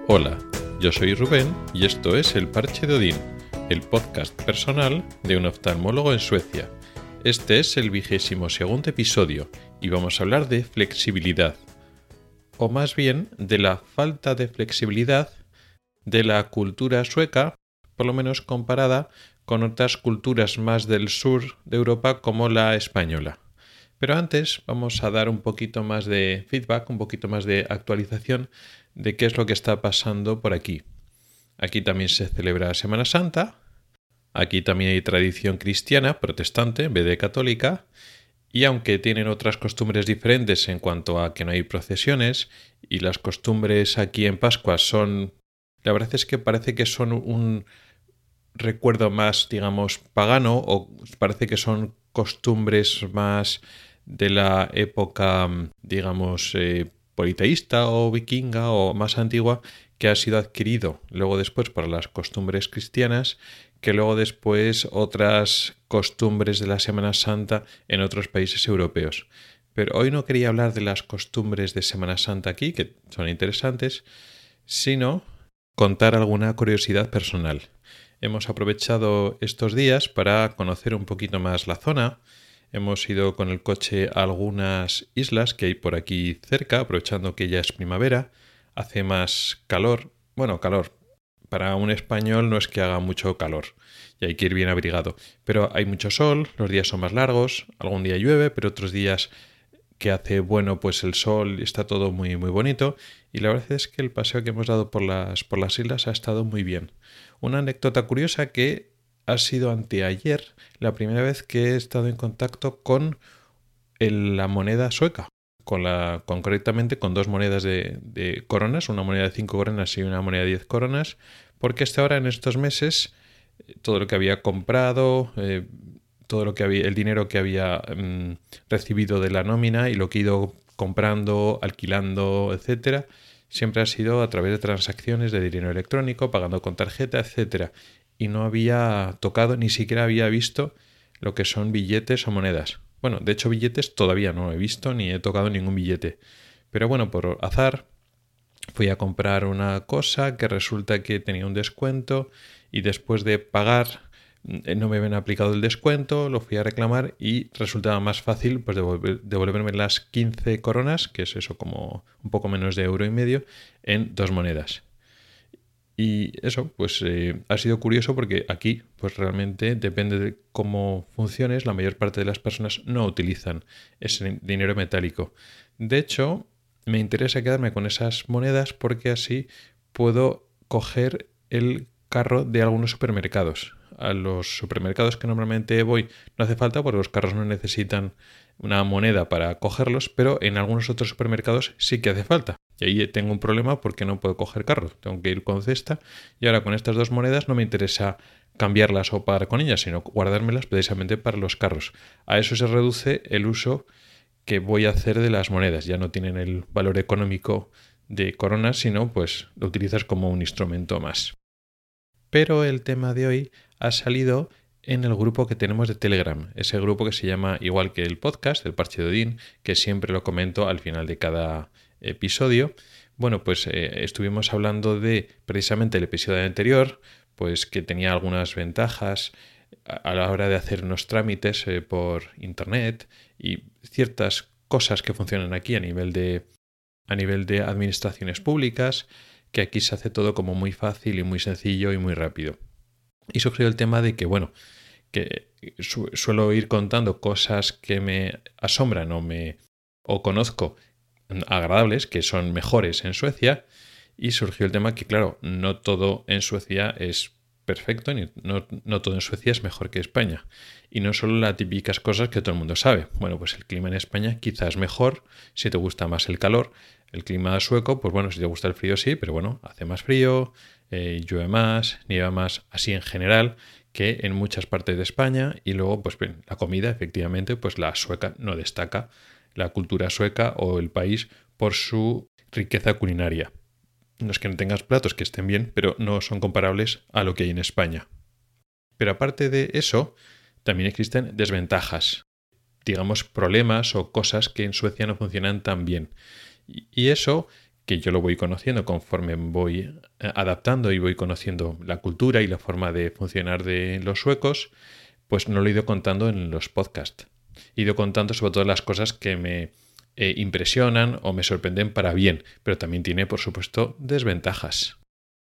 Hola, yo soy Rubén y esto es El Parche de Odín, el podcast personal de un oftalmólogo en Suecia. Este es el 22º episodio y vamos a hablar de flexibilidad, o más bien de la falta de flexibilidad de la cultura sueca, por lo menos comparada con otras culturas más del sur de Europa como la española. Pero antes vamos a dar un poquito más de feedback, un poquito más de actualización de qué es lo que está pasando por aquí. Aquí también se celebra Semana Santa, aquí también hay tradición cristiana, protestante, en vez de católica, y aunque tienen otras costumbres diferentes en cuanto a que no hay procesiones, y las costumbres aquí en Pascua son, la verdad es que parece que son un recuerdo más, digamos, pagano, o parece que son costumbres más de la época, digamos, politeísta o vikinga o más antigua, que ha sido adquirido luego después para las costumbres cristianas, que luego después otras costumbres de la Semana Santa en otros países europeos. Pero hoy no quería hablar de las costumbres de Semana Santa aquí, que son interesantes, sino contar alguna curiosidad personal. Hemos aprovechado estos días para conocer un poquito más la zona. Hemos ido con el coche a algunas islas que hay por aquí cerca, aprovechando que ya es primavera. Hace más calor. Bueno, calor. Para un español no es que haga mucho calor y hay que ir bien abrigado. Pero hay mucho sol, los días son más largos, algún día llueve, pero otros días que hace bueno pues el sol, está todo muy muy bonito y la verdad es que el paseo que hemos dado por las islas ha estado muy bien. Una anécdota curiosa que ha sido anteayer la primera vez que he estado en contacto con la moneda sueca, concretamente con dos monedas de coronas, una moneda de 5 coronas y una moneda de 10 coronas, porque hasta ahora en estos meses todo lo que había comprado, todo lo que había, el dinero que había recibido de la nómina y lo que he ido comprando, alquilando, etcétera, siempre ha sido a través de transacciones de dinero electrónico, pagando con tarjeta, etcétera. Y no había tocado, ni siquiera había visto lo que son billetes o monedas. Bueno, de hecho billetes todavía no he visto ni he tocado ningún billete. Pero bueno, por azar fui a comprar una cosa que resulta que tenía un descuento y después de pagar no me habían aplicado el descuento, lo fui a reclamar y resultaba más fácil pues devolverme las 15 coronas, que es eso como un poco menos de €1,50, en dos monedas. Y eso, pues ha sido curioso porque aquí, pues realmente depende de cómo funciones, la mayor parte de las personas no utilizan ese dinero metálico. De hecho, me interesa quedarme con esas monedas porque así puedo coger el carro de algunos supermercados. A los supermercados que normalmente voy no hace falta porque los carros no necesitan una moneda para cogerlos, pero en algunos otros supermercados sí que hace falta. Y ahí tengo un problema porque no puedo coger carro, tengo que ir con cesta y ahora con estas dos monedas no me interesa cambiarlas o pagar con ellas, sino guardármelas precisamente para los carros. A eso se reduce el uso que voy a hacer de las monedas. Ya no tienen el valor económico de coronas, sino pues lo utilizas como un instrumento más. Pero el tema de hoy ha salido en el grupo que tenemos de Telegram, ese grupo que se llama igual que el podcast, el Parche de Odín, que siempre lo comento al final de cada episodio. Bueno, pues estuvimos hablando de precisamente el episodio anterior, pues que tenía algunas ventajas a la hora de hacer unos trámites por internet y ciertas cosas que funcionan aquí a nivel de administraciones públicas, que aquí se hace todo como muy fácil y muy sencillo y muy rápido. Y surgió el tema de que, bueno, que suelo ir contando cosas que me asombran o conozco agradables, que son mejores en Suecia, y surgió el tema que, claro, no todo en Suecia es perfecto, no todo en Suecia es mejor que España. Y no solo las típicas cosas que todo el mundo sabe. Bueno, pues el clima en España quizás es mejor si te gusta más el calor. El clima sueco, pues bueno, si te gusta el frío sí, pero bueno, hace más frío, llueve más, nieva más, así en general, que en muchas partes de España. Y luego, pues bien, la comida, efectivamente, pues la sueca no destaca, la cultura sueca o el país, por su riqueza culinaria. No es que no tengas platos que estén bien, pero no son comparables a lo que hay en España. Pero aparte de eso, también existen desventajas, digamos problemas o cosas que en Suecia no funcionan tan bien. Y eso que yo lo voy conociendo conforme voy adaptando y voy conociendo la cultura y la forma de funcionar de los suecos, pues no lo he ido contando en los podcasts. He ido contando sobre todo las cosas que me impresionan o me sorprenden para bien, pero también tiene, por supuesto, desventajas.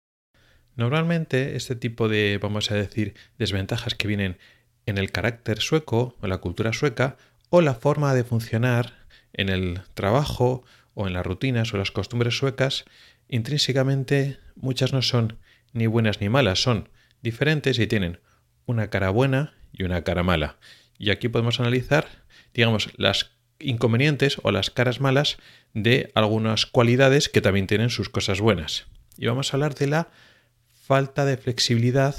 Normalmente este tipo de, vamos a decir, desventajas que vienen en el carácter sueco o la cultura sueca o la forma de funcionar en el trabajo o en las rutinas o las costumbres suecas, intrínsecamente muchas no son ni buenas ni malas, son diferentes y tienen una cara buena y una cara mala. Y aquí podemos analizar, digamos, las inconvenientes o las caras malas de algunas cualidades que también tienen sus cosas buenas. Y vamos a hablar de la falta de flexibilidad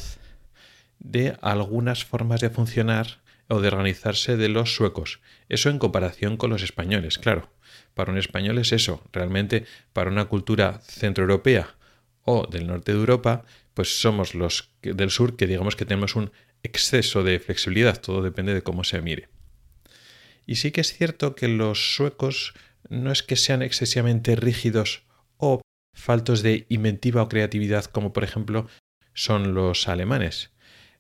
de algunas formas de funcionar o de organizarse de los suecos. Eso en comparación con los españoles, claro. Para un español es eso. Realmente para una cultura centroeuropea o del norte de Europa, pues somos los del sur que digamos que tenemos un exceso de flexibilidad. Todo depende de cómo se mire. Y sí que es cierto que los suecos no es que sean excesivamente rígidos o faltos de inventiva o creatividad como por ejemplo son los alemanes.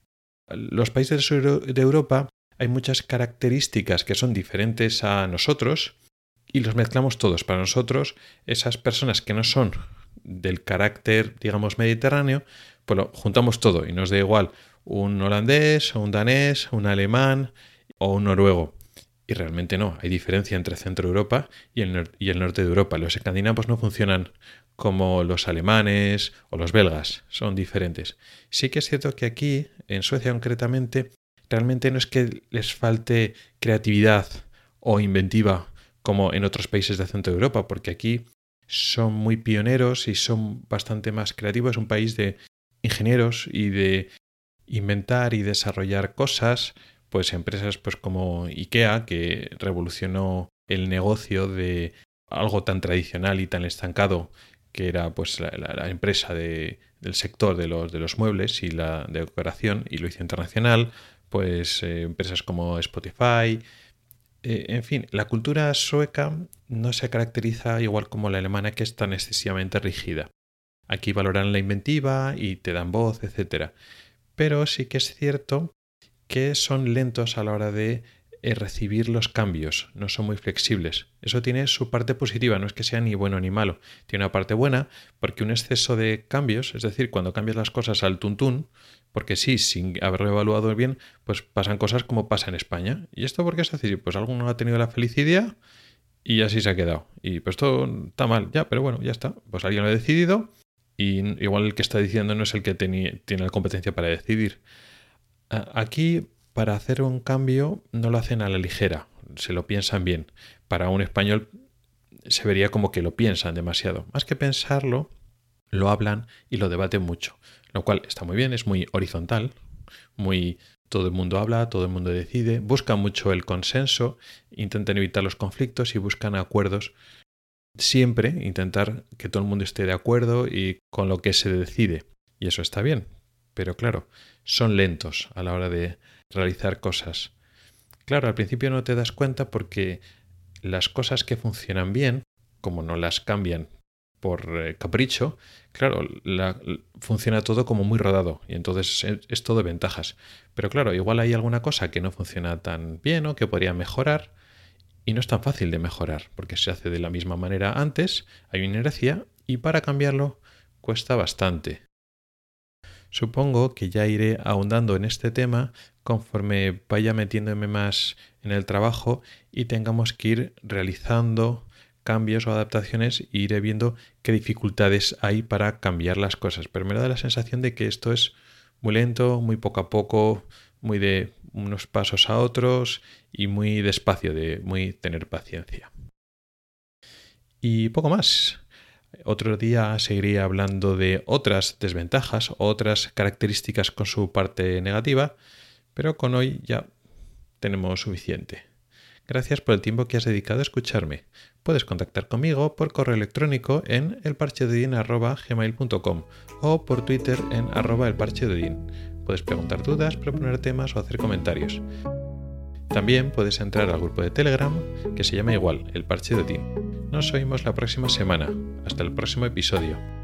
Los países del sur de Europa hay muchas características que son diferentes a nosotros y los mezclamos todos. Para nosotros, esas personas que no son del carácter, digamos, mediterráneo, pues lo juntamos todo y nos da igual un holandés, o un danés, un alemán o un noruego. Y realmente no, hay diferencia entre Centro Europa y el norte de Europa. Los escandinavos no funcionan como los alemanes o los belgas, son diferentes. Sí que es cierto que aquí, en Suecia concretamente, realmente no es que les falte creatividad o inventiva como en otros países de Centro Europa, porque aquí son muy pioneros y son bastante más creativos. Es un país de ingenieros y de inventar y desarrollar cosas. Pues empresas pues como IKEA, que revolucionó el negocio de algo tan tradicional y tan estancado que era pues la empresa del sector de los muebles y la decoración, y lo hizo internacional. Pues empresas como Spotify. En fin, la cultura sueca no se caracteriza igual como la alemana, que es tan excesivamente rígida. Aquí valoran la inventiva y te dan voz, etc. Pero sí que es cierto que son lentos a la hora de recibir los cambios, no son muy flexibles. Eso tiene su parte positiva, no es que sea ni bueno ni malo. Tiene una parte buena porque un exceso de cambios, es decir, cuando cambias las cosas al tuntún, porque sí, sin haberlo evaluado bien, pues pasan cosas como pasa en España. ¿Y esto por qué es así? Pues alguno ha tenido la felicidad y así se ha quedado. Y pues todo está mal, ya, pero bueno, ya está. Pues alguien lo ha decidido y igual el que está diciendo no es el que tiene la competencia para decidir. Aquí, para hacer un cambio, no lo hacen a la ligera, se lo piensan bien. Para un español se vería como que lo piensan demasiado. Más que pensarlo, lo hablan y lo debaten mucho. Lo cual está muy bien, es muy horizontal, muy todo el mundo habla, todo el mundo decide, buscan mucho el consenso, intentan evitar los conflictos y buscan acuerdos. Siempre intentar que todo el mundo esté de acuerdo y con lo que se decide. Y eso está bien. Pero claro, son lentos a la hora de realizar cosas. Claro, al principio no te das cuenta porque las cosas que funcionan bien, como no las cambian por capricho, claro, funciona todo como muy rodado y entonces es todo ventajas. Pero claro, igual hay alguna cosa que no funciona tan bien o que podría mejorar y no es tan fácil de mejorar porque se hace de la misma manera antes, hay una inercia y para cambiarlo cuesta bastante. Supongo que ya iré ahondando en este tema conforme vaya metiéndome más en el trabajo y tengamos que ir realizando cambios o adaptaciones e iré viendo qué dificultades hay para cambiar las cosas. Pero me da la sensación de que esto es muy lento, muy poco a poco, muy de unos pasos a otros y muy despacio, de muy tener paciencia. Y poco más. Otro día seguiré hablando de otras desventajas, otras características con su parte negativa, pero con hoy ya tenemos suficiente. Gracias por el tiempo que has dedicado a escucharme. Puedes contactar conmigo por correo electrónico en elparchedodin@gmail.com o por Twitter en @elparchedodin. Puedes preguntar dudas, proponer temas o hacer comentarios. También puedes entrar al grupo de Telegram que se llama igual, El Parche de Odín. Nos oímos la próxima semana. Hasta el próximo episodio.